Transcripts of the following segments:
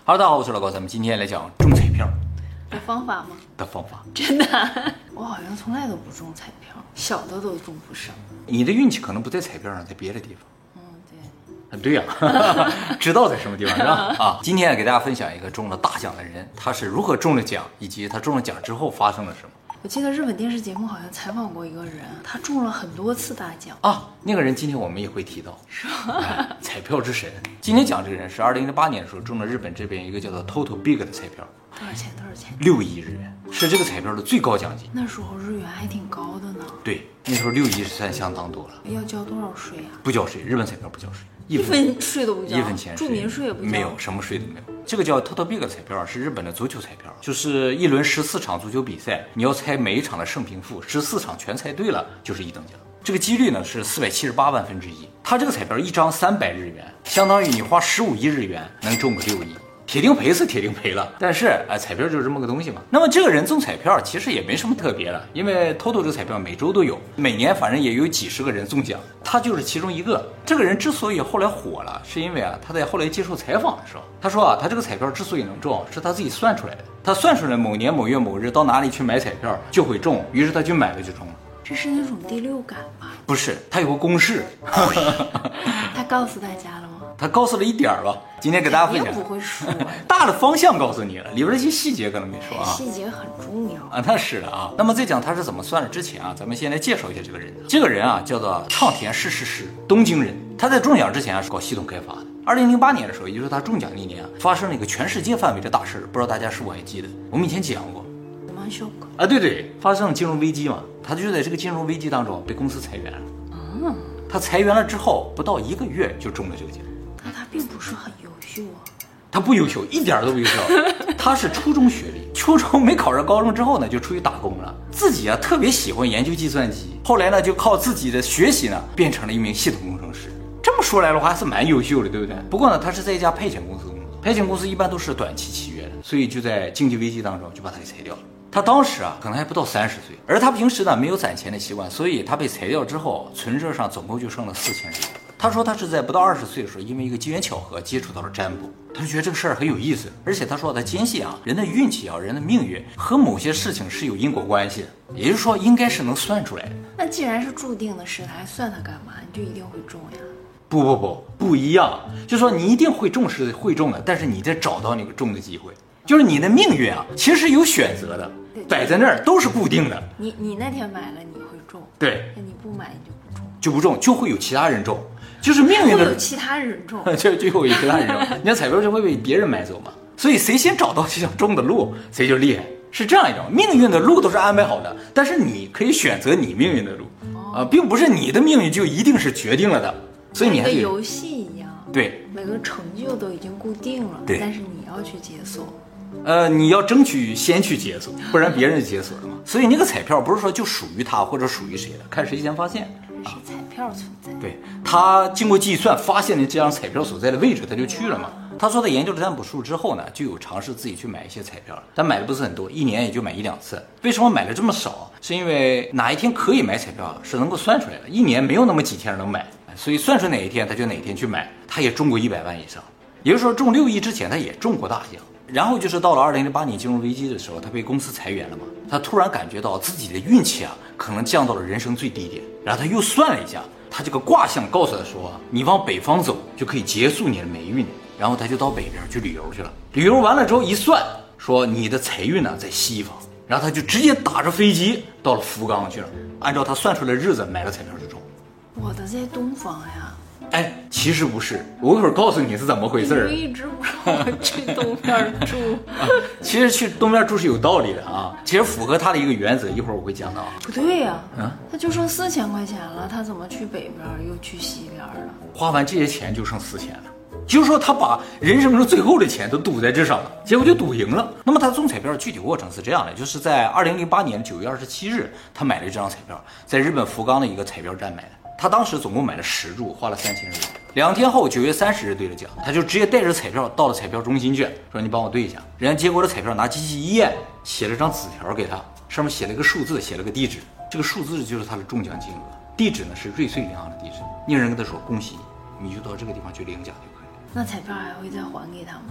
Hello， 大家好，我是老高，咱们今天来讲中彩票的方法吗？ 的方法。 真的我好像从来都不中彩票，小的都中不上。 你的运气可能不在彩票上，在别的地方。 对。 对呀，知道在什么地方是吧？啊，今天给大家分享一个中了大奖的人，他是如何中了奖，以及他中了奖之后发生了什么。 我记得日本电视节目好像采访过一个人，他中了很多次大奖啊。那个人今天我们也会提到， 是吧？ 彩票之神。今天讲这个人是2008年的时候中了日本这边一个叫做 Total Big 的彩票。 多少钱 ？6亿日元，是这个彩票的最高奖金。 那时候日元还挺高的呢。 对，那时候6亿是算相当多了。 要交多少税啊？ 不交税，日本彩票不交税， 一分税都不交， 一分钱住民税也不交， 没有，什么税都没有。这个叫 Total Big 彩票是日本的足球彩票，就是一轮14场足球比赛，你要猜每一场的胜平负，14场全猜对了就是一等奖。这个几率呢是478万分之一。它这个彩票一张300日元，相当于你花15亿日元能中个6亿。铁定赔是铁定赔了，但是彩票就是这么个东西嘛。那么这个人中彩票其实也没什么特别的，因为 Toto 这个彩票每周都有，每年反正也有几十个人中奖，他就是其中一个。这个人之所以后来火了，是因为他在后来接受采访的时候，他说他这个彩票之所以能中，是他自己算出来的。他算出来某年某月某日到哪里去买彩票就会中，于是他就买了就中了。 这是那种第六感吧？ 不是，他有个公式。 他告诉大家了吗？ 他告诉了一点吧，今天给大家分享。 不会说， 大的方向告诉你了，里边那些细节可能没说啊。 细节很重要啊，那是的啊。那么在讲他是怎么算的之前啊，咱们先来介绍一下这个人。这个人啊叫做畅田世师，东京人。他在中奖之前是搞系统开发的。2008年的时候，也就是他中奖那年发生了一个全世界范围的大事，不知道大家是否还记得？我们以前讲过。啊，对，发生了金融危机嘛，他就在这个金融危机当中被公司裁员了。他裁员了之后，不到1个月就中了这个奖。 那他并不是很优秀啊。 他不优秀，一点都不优秀。他是初中学历，初中没考上高中之后呢，就出去打工了。自己特别喜欢研究计算机，后来呢就靠自己的学习呢，变成了一名系统工程师。这么说来的话，还是蛮优秀的，对不对？不过呢，他是在一家派遣公司工作，派遣公司一般都是短期契约的，所以就在经济危机当中就把他给裁掉了。他当时可能还不到30岁，而他平时呢没有攒钱的习惯，所以他被裁掉之后，存折上总共就剩了4000日元。他说他是在不到20岁的时候，因为一个机缘巧合接触到了占卜，他就觉得这个事儿很有意思，而且他说他坚信人的运气人的命运和某些事情是有因果关系的，也就是说应该是能算出来的。 那既然是注定的事，他还算它干嘛？你就一定会中呀？ 不一样，就说你一定会中是会中的，但是你得找到那个中的机会，就是你的命运其实是有选择的。摆在那儿都是固定的。 你那天买了你会中， 对， 那你不买你就不中，就会有其他人中，就是命运的。 会有其他人中， 就会有其他人中。你看彩票就会被别人买走嘛，所以谁先找到这条中的路，谁就厉害，是这样一种命运的路都是安排好的，但是你可以选择你命运的路并不是你的命运就一定是决定了的，所以你还跟游戏一样， 对， 每个成就都已经固定了， 对， 但是你要去解锁。 你要争取先去解锁，不然别人就解锁了嘛。所以那个彩票不是说就属于他或者属于谁的，看谁先发现。 是彩票存在。 对，他经过计算发现了这张彩票所在的位置，他就去了嘛。他说他研究了占卜术之后呢，就有尝试自己去买一些彩票，但买的不是很多，一年也就买1-2次。为什么买的这么少？是因为哪一天可以买彩票是能够算出来的，一年没有那么几天能买，所以算出哪一天他就哪一天去买。他也中过100万以上，也就是说中6亿之前他也中过大奖。然后就是到了2008年金融危机的时候，他被公司裁员了嘛，他突然感觉到自己的运气可能降到了人生最低点，然后他又算了一下，他这个卦象告诉他说你往北方走就可以结束你的霉运，然后他就到北边去旅游去了。旅游完了之后一算，说你的财运在西方，然后他就直接打着飞机到了福冈去了，按照他算出来的日子买了彩票就中。 我的在东方呀。 其实不是，我一会儿告诉你是怎么回事。 你一直不让我去东边住其实去东边住是有道理的其实符合他的一个原则，一会儿我会讲到。 不对呀他就剩4000块钱了，他怎么去北边又去西边了？ 花完这些钱就剩4000了，就是说他把人生中最后的钱都赌在这上了，结果就赌赢了。那么他中彩票的具体过程是这样的，就是在2008年9月27日，他买了这张彩票，在日本福冈的一个彩票站买的。他当时总共买了10注，花了3000日元。2天后9月30日兑了奖，他就直接带着彩票到了彩票中心去，说你帮我兑一下。人家结果的彩票拿机器一验，写了张纸条给他，上面写了个数字，写了个地址，这个数字就是他的中奖金额，地址呢是瑞穗银行的地址。那个人跟他说恭喜你，你就到这个地方去领奖就可以了。 那彩票还会再还给他吗？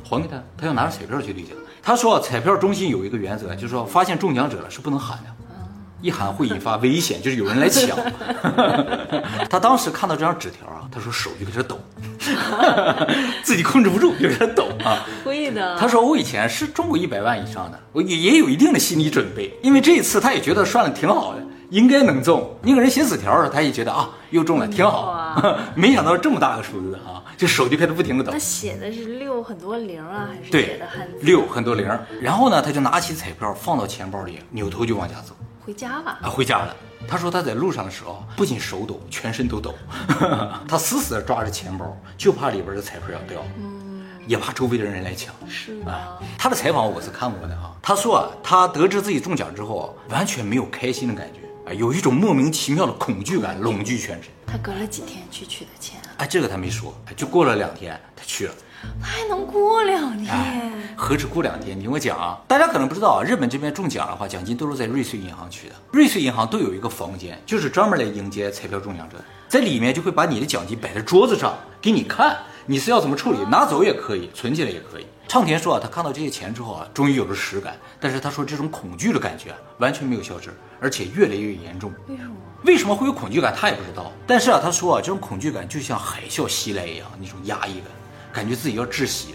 还给他，他要拿着彩票去兑奖。他说彩票中心有一个原则，就是说发现中奖者了是不能喊的，一喊会引发危险，就是有人来抢。他当时看到这张纸条啊，他说手就开始抖，自己控制不住就开始抖啊。 会的。 他说我以前是中过100万以上的，我也有一定的心理准备，因为这一次他也觉得算的挺好的，应该能中。那个人写纸条的时候，他也觉得啊又中了，挺好。没想到这么大个数字啊，就手就开始不停的抖。 他写的是6很多0啊，还是对写的汉字 ？6很多0。然后呢，他就拿起彩票放到钱包里，扭头就往家走。 回家了啊，回家了。他说他在路上的时候，不仅手抖，全身都抖。他死死地抓着钱包，就怕里边的彩票要掉，也怕周围的人来抢。 是啊，他的采访我是看过的啊。他说啊，他得知自己中奖之后，完全没有开心的感觉啊，有一种莫名其妙的恐惧感笼聚全身。 他隔了几天去取的钱啊？ 哎，这个他没说，就过了2天，他去了。 他还能过2天？ 何止过2天？你听我讲啊，大家可能不知道啊，日本这边中奖的话，奖金都是在瑞穗银行取的。瑞穗银行都有一个房间，就是专门来迎接彩票中奖者，在里面就会把你的奖金摆在桌子上给你看，你是要怎么处理，拿走也可以，存起来也可以。畅田说啊，他看到这些钱之后啊，终于有了实感，但是他说这种恐惧的感觉完全没有消失，而且越来越严重。为什么会有恐惧感？他也不知道。但是啊，他说啊，这种恐惧感就像海啸袭来一样，那种压抑感，感觉自己要窒息。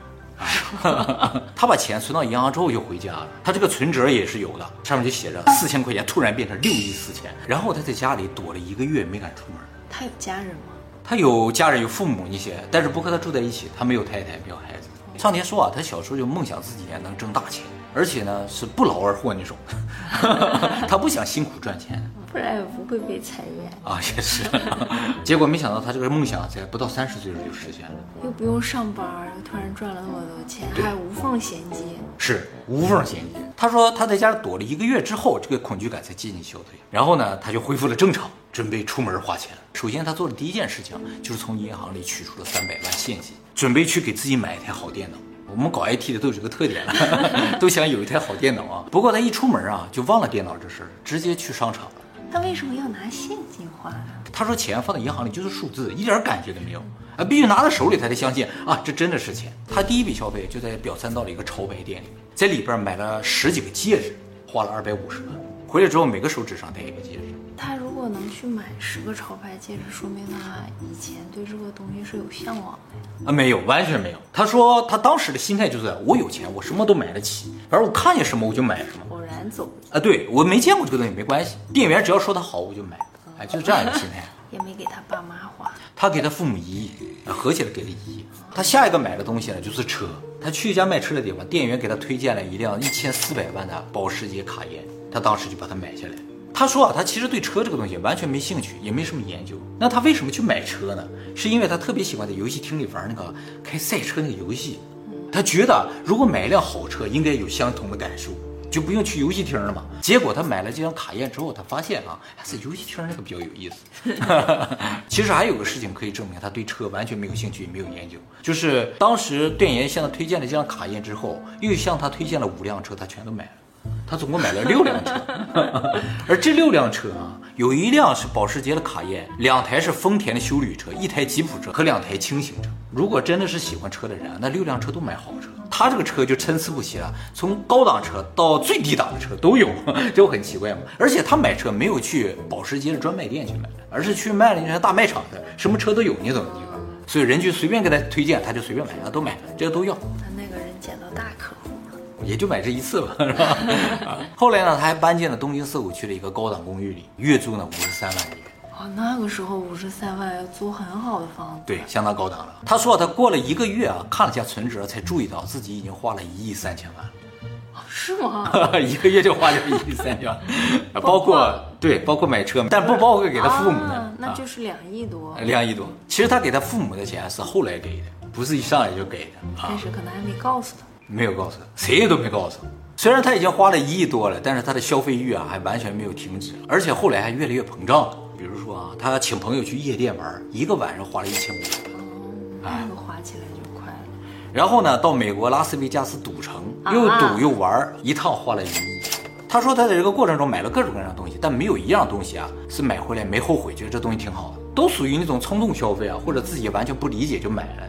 他把钱存到银行之后就回家了，他这个存折也是有的，上面就写着4000块钱突然变成6亿4千，然后他在家里躲了1个月没敢出门。 他有家人吗？ 他有家人有父母那些，但是不和他住在一起，他没有太太没有孩子。畅田说啊，他小时候就梦想自己也能挣大钱，而且呢是不劳而获那种。他不想辛苦赚钱， 不然也不会被裁员啊，也是。结果没想到他这个梦想在不到30岁的时候就实现了， 又不用上班，又突然赚了那么多钱，还无缝衔接， 是无缝衔接。他说他在家躲了1个月之后，这个恐惧感才渐渐消退，然后呢他就恢复了正常，准备出门花钱了。首先他做的第一件事情就是从银行里取出了300万现金，准备去给自己买一台好电脑。我们搞 IT 的都有这个特点了，都想有一台好电脑啊。不过他一出门啊就忘了电脑这事儿，直接去商场了。 他为什么要拿现金花呢？ 他说钱放在银行里就是数字，一点感觉都没有啊，必须拿在手里他才相信啊，这真的是钱。他第一笔消费就在表参道的一个潮牌店里，在里边买了10几个戒指，花了250万。回来之后每个手指上戴一个戒指。 他如果能去买10个潮牌戒指，说明他以前对这个东西是有向往的啊，没有，完全没有。他说他当时的心态就是我有钱，我什么都买得起，反正我看见什么我就买什么。 偶然走啊，对，我没见过这个东西没关系，店员只要说它好我就买，哎，就是这样一个心态。 也没给他爸妈花， 他给他父母1亿，合起来给了1亿。他下一个买的东西呢就是车，他去一家卖车的地方，店员给他推荐了一辆1400万的保时捷卡宴，他当时就把它买下来。他说啊，他其实对车这个东西完全没兴趣，也没什么研究。那他为什么去买车呢？是因为他特别喜欢在游戏厅里玩那个开赛车那个游戏。他觉得如果买一辆好车，应该有相同的感受，就不用去游戏厅了嘛。结果他买了这辆卡宴之后，他发现啊，还是游戏厅那个比较有意思。其实还有个事情可以证明他对车完全没有兴趣，也没有研究，就是当时店员向他推荐了这辆卡宴之后，又向他推荐了5辆车，他全都买了。他总共买了6辆车，而这6辆车啊，有1辆是保时捷的卡宴，2台是丰田的休旅车，1台吉普车和2台轻型车。如果真的是喜欢车的人，那6辆车都买豪车，他这个车就参差不齐了，从高档车到最低档的车都有，这很奇怪嘛。而且他买车没有去保时捷的专卖店去买，而是去卖了那些大卖场的，什么车都有那种地方，所以人就随便给他推荐，他就随便买，都买，这个都要。 他那个人捡到大客户。 也就买这一次吧，是吧？后来呢，他还搬进了东京涩谷区的一个高档公寓里，月租呢53万日元。 哦，那个时候53万要租很好的房子， 对，相当高档了。他说他过了1个月啊，看了下存折，才注意到自己已经花了1亿3千万。 哦，是吗 ？1个月就花掉1亿3千万，包括买车，但不包括给他父母的， 那就是2亿多。 2亿多。其实他给他父母的钱是后来给的，不是一上来就给的。 但是可能还没告诉他。 没有告诉他，谁都没告诉他。虽然他已经花了1亿多了，但是他的消费欲啊还完全没有停止，而且后来还越来越膨胀了。比如说啊，他请朋友去夜店玩，1个晚上花了1500万， 那个花起来就快了。 然后呢，到美国拉斯维加斯赌城，又赌又玩，一趟花了1亿。他说他在这个过程中买了各种各样的东西，但没有一样东西啊是买回来没后悔，觉得这东西挺好的，都属于那种冲动消费啊，或者自己完全不理解就买了那种。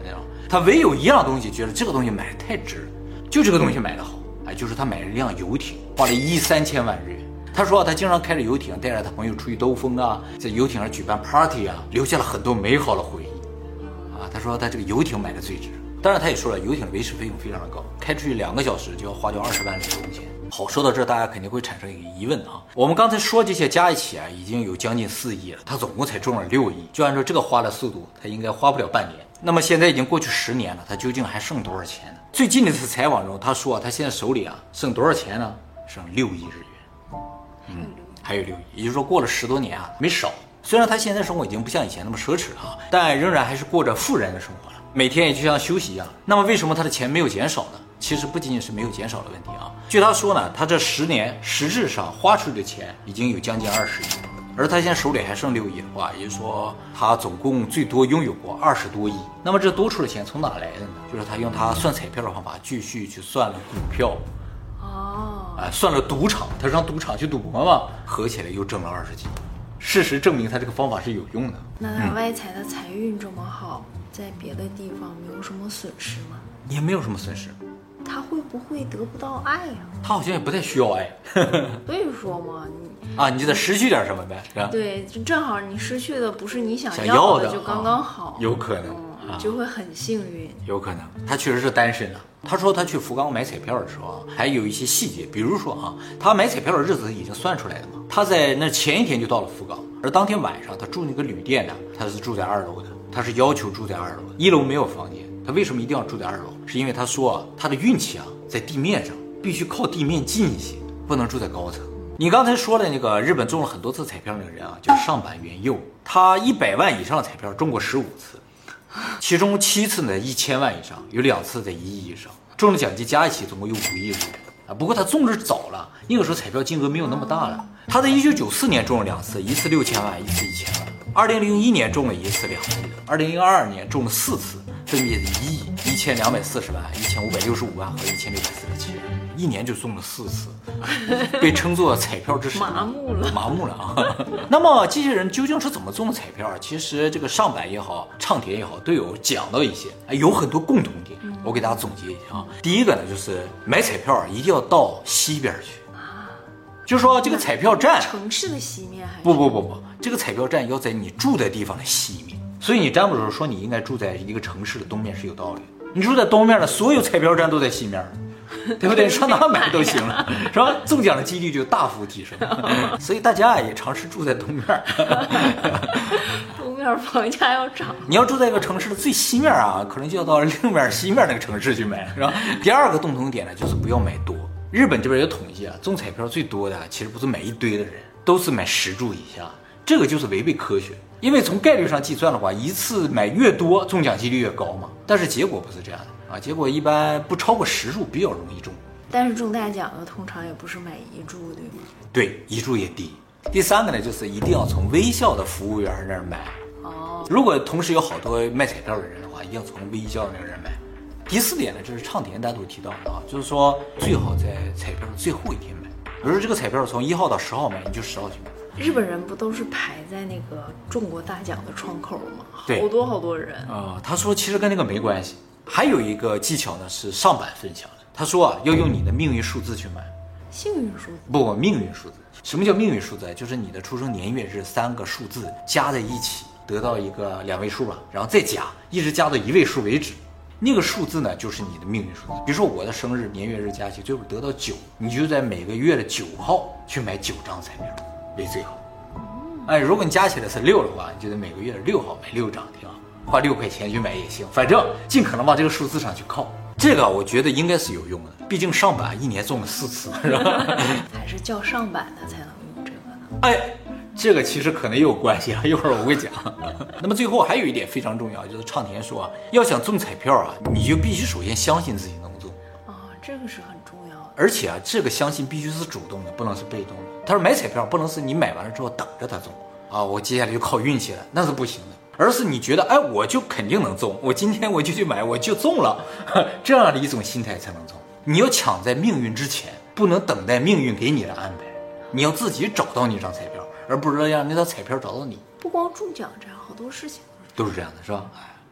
他唯有一样东西觉得这个东西买的太值了，就这个东西买的好，就是他买了一辆游艇，花了13000万日元。他说他经常开着游艇带着他朋友出去兜风啊，在游艇上举办 party 啊，留下了很多美好的回忆他说他这个游艇买的最值。当然他也说了，游艇的维持费用非常的高，开出去2个小时就要花掉20万的油钱。好，说到这大家肯定会产生一个疑问我们刚才说这些加一起已经有将近4亿了，他总共才中了6亿，就按照这个花的速度，他应该花不了半年。那么现在已经过去10年了，他究竟还剩多少钱呢？最近的一次采访中他说他现在手里剩多少钱呢？剩6亿日元。还有6亿，也就是说过了10多年没少。虽然他现在生活已经不像以前那么奢侈但仍然还是过着富人的生活了，每天也就像休息一样。那么为什么他的钱没有减少呢？其实不仅仅是没有减少的问题据他说呢，他这10年实质上花出去的钱已经有将近20亿，而他现在手里还剩6亿的话，也就是说他总共最多拥有过20多亿。那么这多出的钱从哪来的呢？就是他用他算彩票的方法继续去算了股票算了赌场，他上赌场去赌博嘛，合起来又挣了20几亿。事实证明他这个方法是有用的。 那他外财的财运这么好，在别的地方没有什么损失吗？ 也没有什么损失。 他会不会得不到爱他好像也不太需要爱。 所以说嘛， 你就得失去点什么呗，是吧？ 对，就正好你失去的不是你想要的， 就刚刚好。 有可能就会很幸运。 有可能他确实是单身他说他去福冈买彩票的时候还有一些细节，比如说他买彩票的日子已经算出来了嘛。他在那前一天就到了福冈，而当天晚上他住那个旅店呢，他是住在2楼的，他是要求住在2楼的，1楼没有房间。他为什么一定要住在2楼？是因为他说他的运气在地面上，必须靠地面近一些，不能住在高层。你刚才说的那个日本中了很多次彩票那个人叫上坂元佑，他100万以上的彩票中过15次，其中7次呢1000万以上，有2次在1亿以上，中的奖金加一起总共有5亿日元不过他中的早了，那个时候彩票金额没有那么大了。他在1994年中了2次，一次6000万，一次1000万。2001年中了1次2亿，2002年中了4次，分别是1亿、1240万、1565万和1647万，一年就中了4次，被称作彩票之神。 麻木了那么这些人究竟是怎么中的彩票？其实这个上坂也好，畅田也好，都有讲到一些，有很多共同点。我给大家总结一下第一个呢，就是买彩票一定要到西边去就是说这个彩票站城市的西面还是不，这个彩票站要在你住的地方的西面。所以你占卜的时候说你应该住在一个城市的东面是有道理的。你住在东面的所有彩票站都在西面，对不对？上哪买都行了，是吧？中奖的几率就大幅提升。所以大家也尝试住在东面。 东面房价要涨。 你要住在一个城市的最西面可能就要到另面西面那个城市去买，是吧？第二个共同点呢，就是不要买多。日本这边有统计中彩票最多的其实不是买一堆的人，都是买10注以下，这个就是违背科学。因为从概率上计算的话，一次买越多，中奖几率越高嘛。但是结果不是这样的结果一般不超过10注比较容易中。 但是中大奖的通常也不是买1注，对吗？ 对，1注也低。第三个呢，就是一定要从微笑的服务员那儿买。如果同时有好多卖彩票的人的话，一定要从微笑那个人买。第4点呢，就是畅田单独提到的就是说最好在彩票的最后一天买。比如说这个彩票从1号到10号买，你就10号去买。 日本人不都是排在那个中国大奖的窗口吗？ 对， 好多人他说其实跟那个没关系。还有一个技巧呢，是上坂分享的。他说要用你的命运数字去买。 幸运数字？ 不，命运数字。什么叫命运数字？就是你的出生年月日3个数字加在一起，得到一个2位数吧，然后再加，一直加到1位数为止。那个数字呢，就是你的命运数字。比如说我的生日年月日加起最后得到9，你就在每个月的9号去买9张彩票为最好。如果你加起来是6的话，你就在每个月的6号买6张，挺好，花6块钱去买也行，反正尽可能往这个数字上去靠。这个我觉得应该是有用的，毕竟上坂一年中了4次，是吧？ 还是叫上坂的才能用这个呢？ 这个其实可能也有关系一会儿我会讲。那么最后还有一点非常重要，就是畅田说要想中彩票你就必须首先相信自己能中这个是很重要的。 而且这个相信必须是主动的，不能是被动的。他说买彩票不能是你买完了之后等着它中我接下来就靠运气了，那是不行的。而是你觉得我就肯定能中，我今天我就去买，我就中了，这样的一种心态才能中。你要抢在命运之前，不能等待命运给你的安排，你要自己找到那张彩票，而不是让那张彩票找到你。 不光中奖这样，好多事情都是这样的，是吧？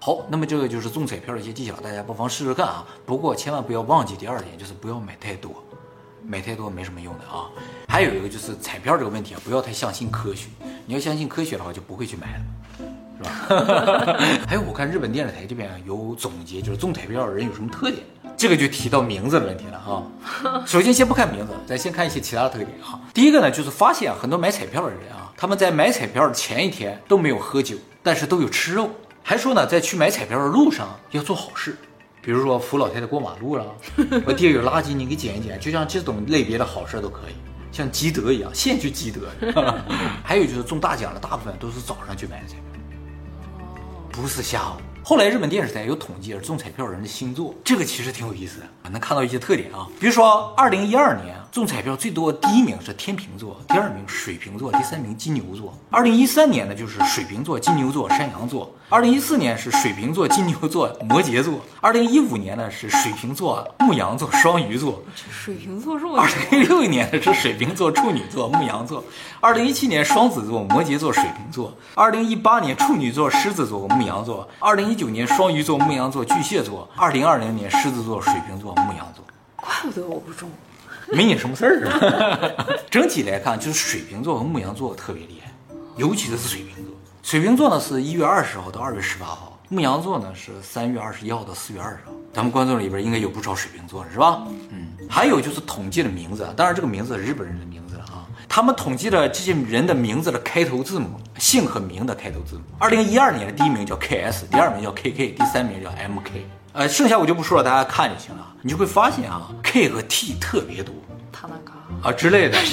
好，那么这个就是中彩票的一些技巧，大家不妨试试看啊。不过千万不要忘记第二点，就是不要买太多，买太多没什么用的啊。还有一个就是彩票这个问题啊，不要太相信科学。你要相信科学的话，就不会去买了。是吧？还有我看日本电视台这边有总结，就是中彩票的人有什么特点，这个就提到名字的问题了啊。首先先不看名字，咱先看一些其他的特点啊。第一个呢，就是发现很多买彩票的人啊，他们在买彩票的前一天都没有喝酒，但是都有吃肉，还说呢，在去买彩票的路上要做好事，比如说扶老太太过马路了，我地上有垃圾你给捡一捡，就像这种类别的好事都可以。像积德一样，现去积德。还有就是中大奖的大部分都是早上去买的彩票，不是下午。后来日本电视台有统计中彩票人的星座，这个其实挺有意思的，能看到一些特点啊。比如说2012年中彩票最多第一名是天秤座，第二名水瓶座，第三名金牛座。2013年呢就是水瓶座、金牛座、山羊座。2014年是水瓶座、金牛座、摩羯座。2015年呢是水瓶座、牧羊座、双鱼座。 水瓶座是我。 2016年是水瓶座、处女座、牧羊座。2017年双子座、摩羯座、水瓶座。2018年处女座、狮子座、牧羊座。2019年双鱼座、牧羊座、巨蟹座。2020年狮子座、水瓶座、牧羊座。 怪不得我不中， 没你什么事儿啊。整体来看，就是水瓶座和牧羊座特别厉害，尤其是水瓶座。水瓶座呢是1月20号到2月18号，牧羊座呢是3月21号到4月20号。咱们观众里边应该有不少水瓶座的是吧？还有就是统计的名字，当然这个名字是日本人的名字了啊。他们统计了这些人的名字的开头字母，姓和名的开头字母。2012年的第一名叫 KS， 第二名叫 KK， 第三名叫 MK。剩下我就不说了，大家看就行了。你就会发现啊 ，K 和 T 特别多， 塔纳卡啊之类的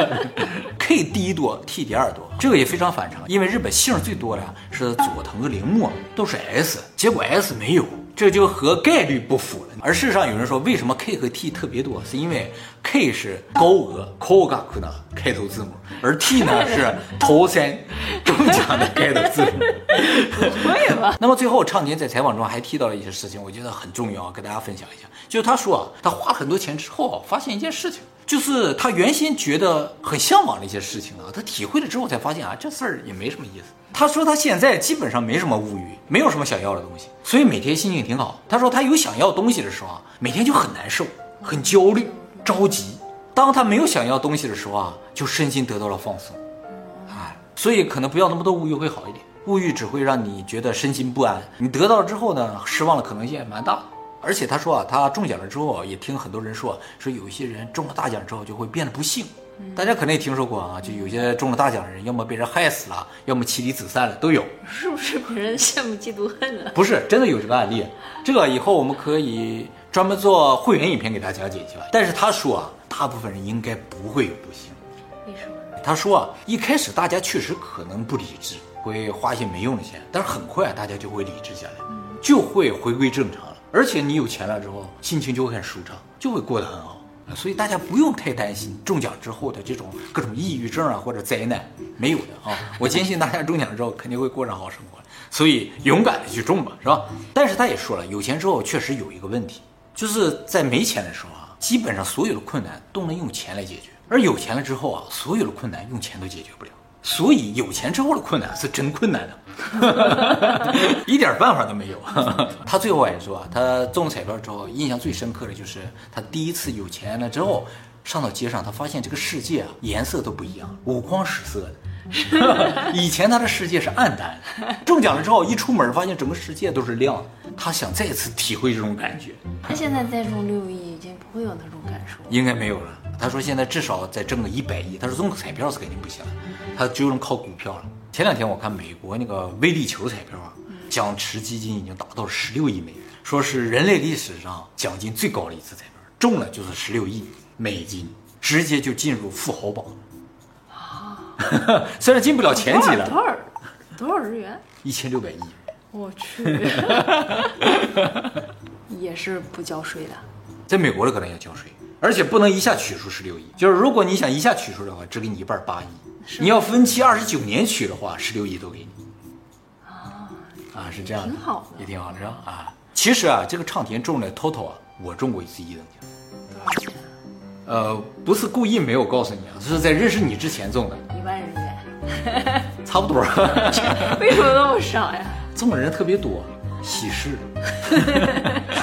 ，K 第一多 ，T 第二多，这个也非常反常，因为日本姓最多的是佐藤和铃木，都是 S， 结果 S 没有，这就和概率不符了。而事实上有人说，为什么 K 和 T 特别多，是因为 K 是高额 Kogaku 的开头字母，而 T 呢是头三中奖的开头字母。 不会吧？ 那么最后畅田在采访中还提到了一些事情，我觉得很重要，跟大家分享一下。就是他说啊，他花了很多钱之后发现一件事情，就是他原先觉得很向往的一些事情啊，他体会了之后才发现啊，这事儿也没什么意思。他说他现在基本上没什么物欲，没有什么想要的东西，所以每天心情挺好。他说他有想要东西的时候啊，每天就很难受，很焦虑，着急。当他没有想要东西的时候啊，就身心得到了放松。所以可能不要那么多物欲会好一点，物欲只会让你觉得身心不安，你得到了之后呢，失望的可能性也蛮大的。而且他说啊，他中奖了之后也听很多人说有一些人中了大奖之后就会变得不幸。大家可能也听说过啊，就有些中了大奖的人，要么被人害死了，要么妻离子散了，都有。 是不是别人羡慕嫉妒恨呢？ 不是，真的有这个案例。这个以后我们可以专门做会员影片给大家解析。但是他说啊，大部分人应该不会有不幸。 为什么？ 他说啊，一开始大家确实可能不理智，会花一些没用的钱，但是很快大家就会理智下来，就会回归正常了。而且你有钱了之后，心情就会很舒畅，就会过得很好。所以大家不用太担心中奖之后的这种各种抑郁症啊或者灾难，没有的啊。我坚信大家中奖之后肯定会过上好生活，所以勇敢的去中吧，是吧？但是他也说了，有钱之后确实有一个问题，就是在没钱的时候啊，基本上所有的困难都能用钱来解决，而有钱了之后啊，所有的困难用钱都解决不了。所以有钱之后的困难是真困难的，一点办法都没有。他最后还说啊，他中彩票之后印象最深刻的就是他第一次有钱了之后上到街上，他发现这个世界啊颜色都不一样，五光十色的。以前他的世界是暗淡的，中奖了之后一出门发现整个世界都是亮的。他想再次体会这种感觉。 他现在再中6亿已经不会有那种感受， 应该没有了。他说现在至少再挣个100亿，他说中个彩票是肯定不行了，他只有能靠股票了。前2天我看美国那个威力球彩票啊，奖池基金已经达到了16亿美元，说是人类历史上奖金最高的一次彩票，中了就是16亿美金，直接就进入富豪榜了。虽然进不了前几了， 多少日元 ？1600亿。 我去，也是不交税的。 在美国的可能要交税，而且不能一下取出16亿，就是如果你想一下取出的话，只给你一半8亿，你要分期29年取的话16亿都给你。是这样的， 挺好的， 也挺好的，是吧？其实啊，这个畅田中了 total 啊，我中过一次1等奖。 多少钱？ 不是故意没有告诉你啊，这是在认识你之前中的 1万日元， 差不多。 为什么那么少呀？ 中的人特别多， 喜事。